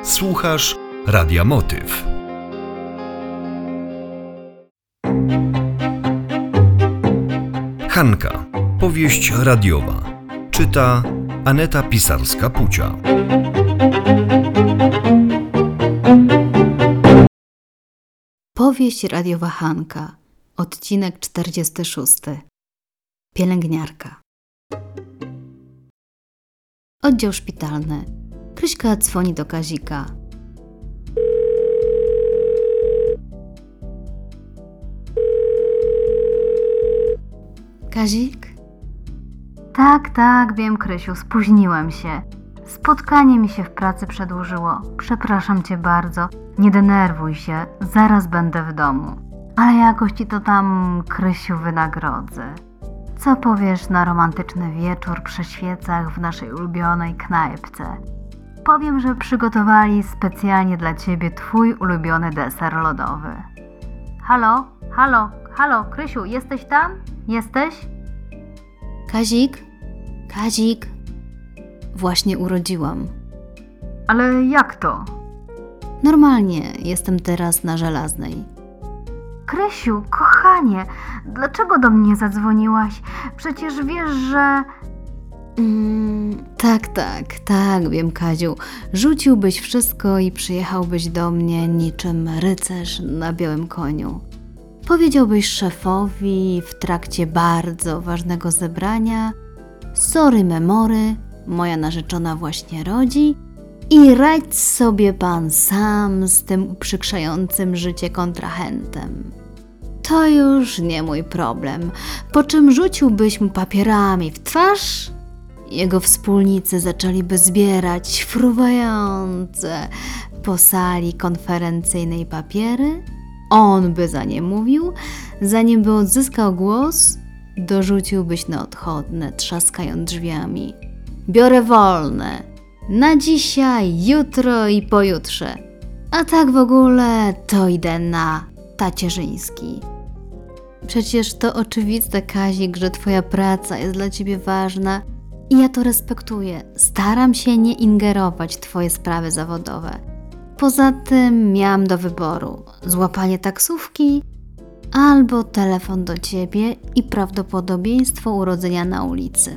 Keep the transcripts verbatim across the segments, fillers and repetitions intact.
Słuchasz Radia Motyw. Hanka. Powieść radiowa. Czyta Aneta Pisarska-Pucia. Powieść radiowa Hanka. Odcinek czterdziesty szósty. Pielęgniarka. Oddział szpitalny. Kryśka dzwoni do Kazika. Kazik? Tak, tak, wiem, Krysiu, spóźniłem się. Spotkanie mi się w pracy przedłużyło. Przepraszam cię bardzo. Nie denerwuj się, zaraz będę w domu. Ale jakoś ci to tam, Krysiu, wynagrodzę. Co powiesz na romantyczny wieczór przy świecach w naszej ulubionej knajpce? Powiem, że przygotowali specjalnie dla ciebie twój ulubiony deser lodowy. Halo, halo, halo, Krysiu, jesteś tam? Jesteś? Kazik? Kazik? Właśnie urodziłam. Ale jak to? Normalnie, jestem teraz na Żelaznej. Krysiu, kochanie, dlaczego do mnie zadzwoniłaś? Przecież wiesz, że... Mm, tak, tak, tak, wiem, Kaziu. Rzuciłbyś wszystko i przyjechałbyś do mnie niczym rycerz na białym koniu. Powiedziałbyś szefowi w trakcie bardzo ważnego zebrania: sorry memory, moja narzeczona właśnie rodzi i radź sobie pan sam z tym uprzykrzającym życie kontrahentem. To już nie mój problem. Po czym rzuciłbyś mu papierami w twarz, jego wspólnicy zaczęliby zbierać fruwające po sali konferencyjnej papiery, on by za nie mówił, zanim by odzyskał głos, dorzuciłbyś na odchodne, trzaskając drzwiami: biorę wolne, na dzisiaj, jutro i pojutrze, a tak w ogóle to idę na tacierzyński. Przecież to oczywiste, Kazik, że twoja praca jest dla ciebie ważna i ja to respektuję. Staram się nie ingerować w twoje sprawy zawodowe. Poza tym miałam do wyboru złapanie taksówki albo telefon do ciebie i prawdopodobieństwo urodzenia na ulicy.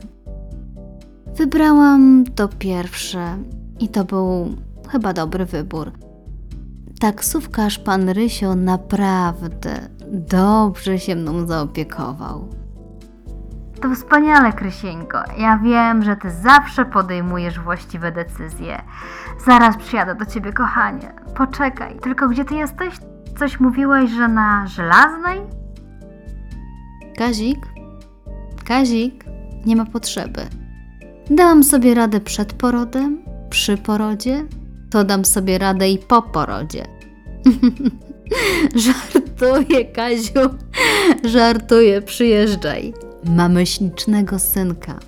Wybrałam to pierwsze i to był chyba dobry wybór. Taksówkarz pan Rysio naprawdę dobrze się mną zaopiekował. To wspaniale, Krysieńko. Ja wiem, że ty zawsze podejmujesz właściwe decyzje. Zaraz przyjadę do ciebie, kochanie. Poczekaj, tylko gdzie ty jesteś? Coś mówiłeś, że na Żelaznej? Kazik? Kazik? Nie ma potrzeby. Dałam sobie radę przed porodem, przy porodzie, to dam sobie radę i po porodzie. Żartuję, Kaziu, żartuję, przyjeżdżaj. Mamy ślicznego synka.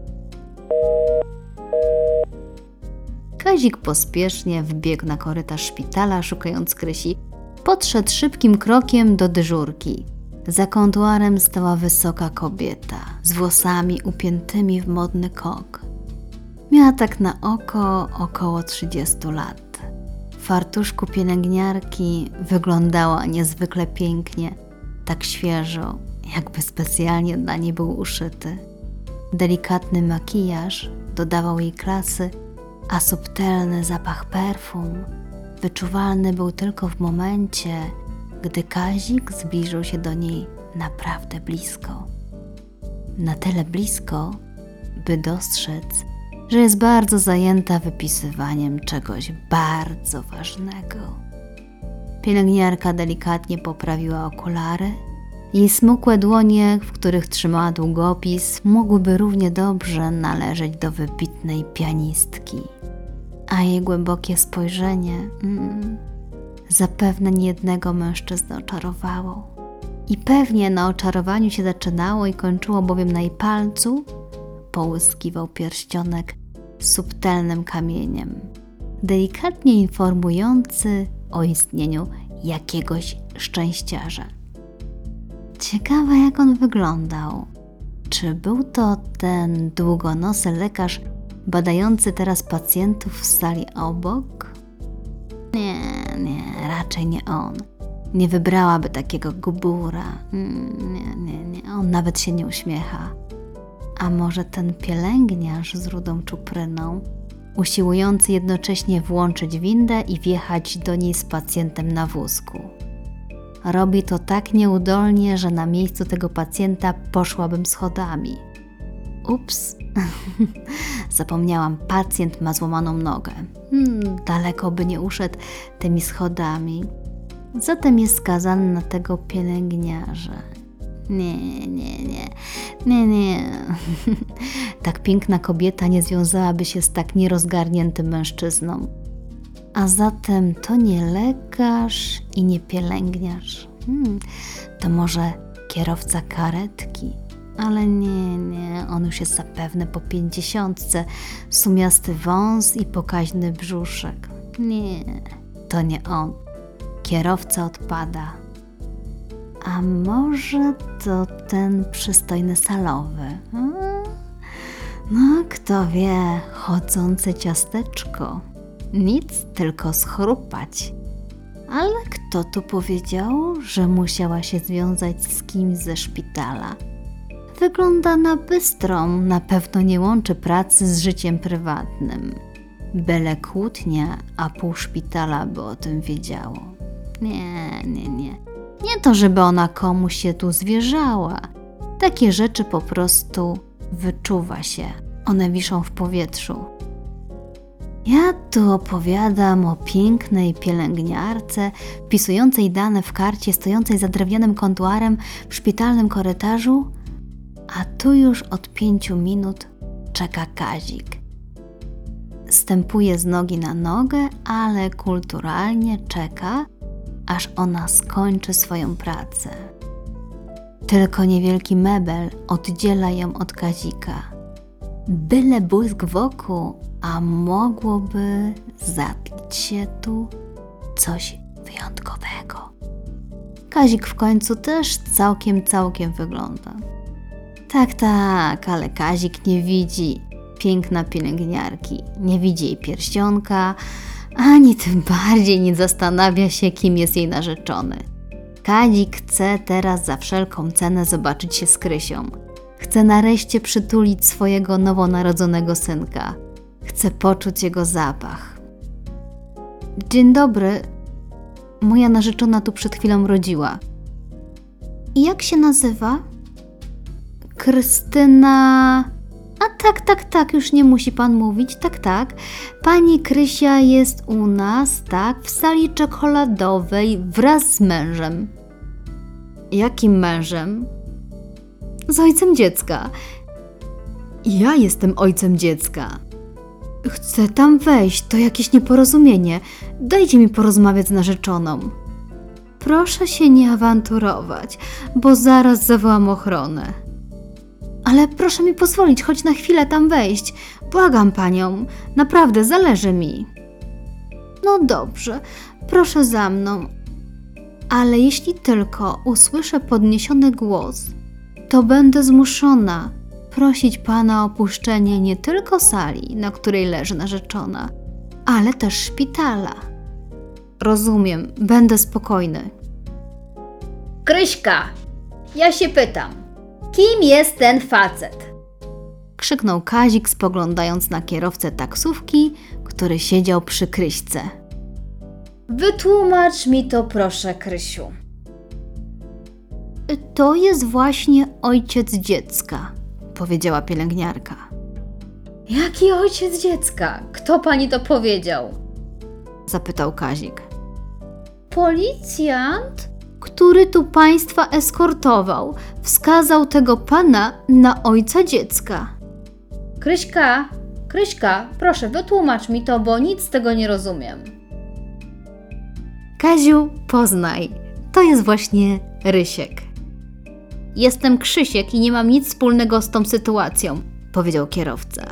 Kazik pospiesznie wbiegł na korytarz szpitala, szukając Krysi. Podszedł szybkim krokiem do dyżurki. Za kontuarem stała wysoka kobieta z włosami upiętymi w modny kok. Miała tak na oko około trzydziestu lat. W fartuszku pielęgniarki wyglądała niezwykle pięknie, tak świeżo, jakby specjalnie dla niej był uszyty. Delikatny makijaż dodawał jej klasy, a subtelny zapach perfum wyczuwalny był tylko w momencie, gdy Kazik zbliżył się do niej naprawdę blisko. Na tyle blisko, by dostrzec, że jest bardzo zajęta wypisywaniem czegoś bardzo ważnego. Pielęgniarka delikatnie poprawiła okulary. Jej smukłe dłonie, w których trzymała długopis, mogłyby równie dobrze należeć do wybitnej pianistki. A jej głębokie spojrzenie mm, zapewne niejednego mężczyznę oczarowało. I pewnie na oczarowaniu się zaczynało i kończyło, bowiem na jej palcu połyskiwał pierścionek z subtelnym kamieniem, delikatnie informujący o istnieniu jakiegoś szczęściarza. Ciekawe, jak on wyglądał. Czy był to ten długonosy lekarz badający teraz pacjentów w sali obok? Nie, nie, raczej nie on. Nie wybrałaby takiego gubura. Mm, Nie, nie, nie, on nawet się nie uśmiecha. A może ten pielęgniarz z rudą czupryną, usiłujący jednocześnie włączyć windę i wjechać do niej z pacjentem na wózku. Robi to tak nieudolnie, że na miejscu tego pacjenta poszłabym schodami. Ups, zapomniałam, pacjent ma złamaną nogę. Hmm, daleko by nie uszedł tymi schodami. Zatem jest skazany na tego pielęgniarza. Nie, nie, nie, nie, nie. Tak piękna kobieta nie związałaby się z tak nierozgarniętym mężczyzną. A zatem to nie lekarz i nie pielęgniarz. Hmm, to może kierowca karetki. Ale nie, nie, on już jest zapewne po pięćdziesiątce, sumiasty wąs i pokaźny brzuszek. Nie, to nie on. Kierowca odpada. A może to ten przystojny salowy? Hmm? No, kto wie, chodzące ciasteczko. Nic, tylko schrupać. Ale kto tu powiedział, że musiała się związać z kimś ze szpitala? Wygląda na bystrą, na pewno nie łączy pracy z życiem prywatnym. Byle kłótnia, a pół szpitala by o tym wiedziało. Nie, nie, nie. Nie to, żeby ona komuś się tu zwierzała. Takie rzeczy po prostu wyczuwa się. One wiszą w powietrzu. Ja tu opowiadam o pięknej pielęgniarce, wpisującej dane w karcie, stojącej za drewnianym kontuarem w szpitalnym korytarzu, a tu już od pięciu minut czeka Kazik. Stępuje z nogi na nogę, ale kulturalnie czeka, aż ona skończy swoją pracę. Tylko niewielki mebel oddziela ją od Kazika. Byle błysk w oku, a mogłoby zatlić się tu coś wyjątkowego. Kazik w końcu też całkiem, całkiem wygląda. Tak, tak, ale Kazik nie widzi piękna pielęgniarki, nie widzi jej pierścionka, ani tym bardziej nie zastanawia się, kim jest jej narzeczony. Kazik chce teraz za wszelką cenę zobaczyć się z Krysią. Chce nareszcie przytulić swojego nowonarodzonego synka. Chce poczuć jego zapach. Dzień dobry. Moja narzeczona tu przed chwilą rodziła. I jak się nazywa? Krystyna... A tak, tak, tak, już nie musi pan mówić, tak, tak. Pani Krysia jest u nas, tak, w sali czekoladowej wraz z mężem. Jakim mężem? Z ojcem dziecka. Ja jestem ojcem dziecka. Chcę tam wejść, to jakieś nieporozumienie. Dajcie mi porozmawiać z narzeczoną. Proszę się nie awanturować, bo zaraz zawołam ochronę. Ale proszę mi pozwolić choć na chwilę tam wejść. Błagam panią, naprawdę zależy mi. No dobrze, proszę za mną. Ale jeśli tylko usłyszę podniesiony głos, to będę zmuszona prosić pana o opuszczenie nie tylko sali, na której leży narzeczona, ale też szpitala. Rozumiem, będę spokojny. Kryśka, ja się pytam, kim jest ten facet? Krzyknął Kazik, spoglądając na kierowcę taksówki, który siedział przy Kryśce. Wytłumacz mi to proszę, Krysiu. To jest właśnie ojciec dziecka, powiedziała pielęgniarka. Jaki ojciec dziecka? Kto pani to powiedział? Zapytał Kazik. Policjant? Który tu państwa eskortował, wskazał tego pana na ojca dziecka. Kryśka, Kryśka, proszę wytłumacz mi to, bo nic z tego nie rozumiem. Kaziu, poznaj, to jest właśnie Rysiek. Jestem Krzysiek i nie mam nic wspólnego z tą sytuacją, powiedział kierowca.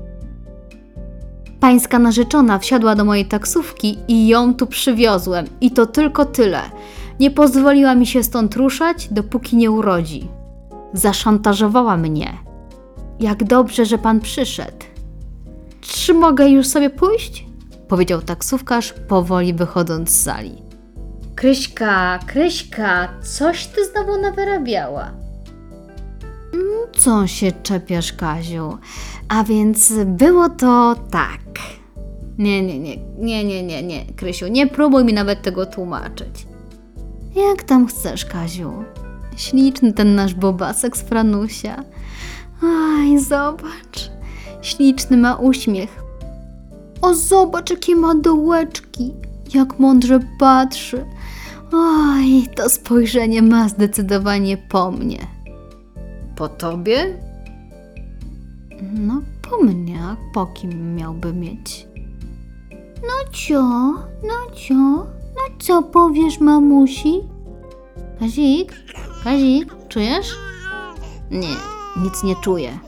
Pańska narzeczona wsiadła do mojej taksówki i ją tu przywiozłem i to tylko tyle. Nie pozwoliła mi się stąd ruszać, dopóki nie urodzi. Zaszantażowała mnie. Jak dobrze, że pan przyszedł. Czy mogę już sobie pójść? powiedział taksówkarz, powoli wychodząc z sali. Kryśka, Kryśka, coś ty znowu nawyrabiała. Co się czepiasz, Kaziu? A więc było to tak. Nie, nie, nie, nie, nie, nie, nie, Krysiu, nie próbuj mi nawet tego tłumaczyć. Jak tam chcesz, Kaziu? Śliczny ten nasz bobasek z Franusia. Aj, zobacz. Śliczny ma uśmiech. O, zobacz, jakie ma dołeczki. Jak mądrze patrzy. Oj, to spojrzenie ma zdecydowanie po mnie. Po tobie? No, po mnie. A po kim miałby mieć? No cio, no cio, no co powiesz, mamusi? Kazik? Kazik, czujesz? Nie, nic nie czuję.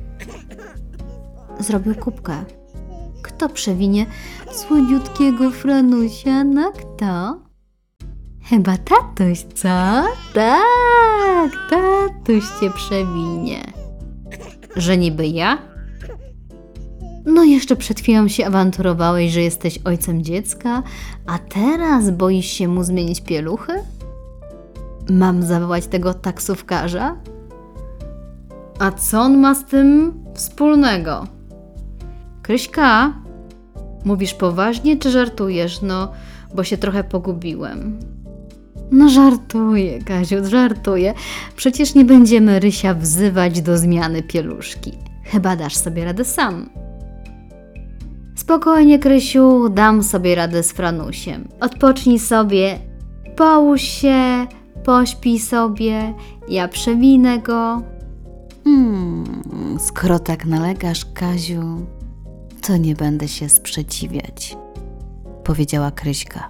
Zrobił kubkę. Kto przewinie słodziutkiego Franusia na kto? Chyba tatuś, co? Tak, tatuś cię przewinie. Że niby ja? No jeszcze przed chwilą się awanturowałeś, że jesteś ojcem dziecka, a teraz boisz się mu zmienić pieluchy? Mam zawołać tego taksówkarza? A co on ma z tym wspólnego? Kryśka, mówisz poważnie czy żartujesz? No, bo się trochę pogubiłem. No żartuję, Kaziu, żartuję. Przecież nie będziemy Rysia wzywać do zmiany pieluszki. Chyba dasz sobie radę sam. Spokojnie, Krysiu, dam sobie radę z Franusiem. Odpocznij sobie, połóż się, pośpij sobie, ja przewinę go. Hmm, skoro tak nalegasz, Kaziu, to nie będę się sprzeciwiać, powiedziała Kryśka.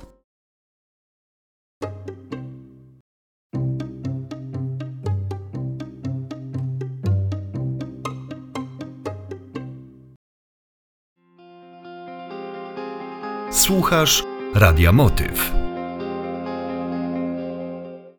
Słuchasz Radia Motyw.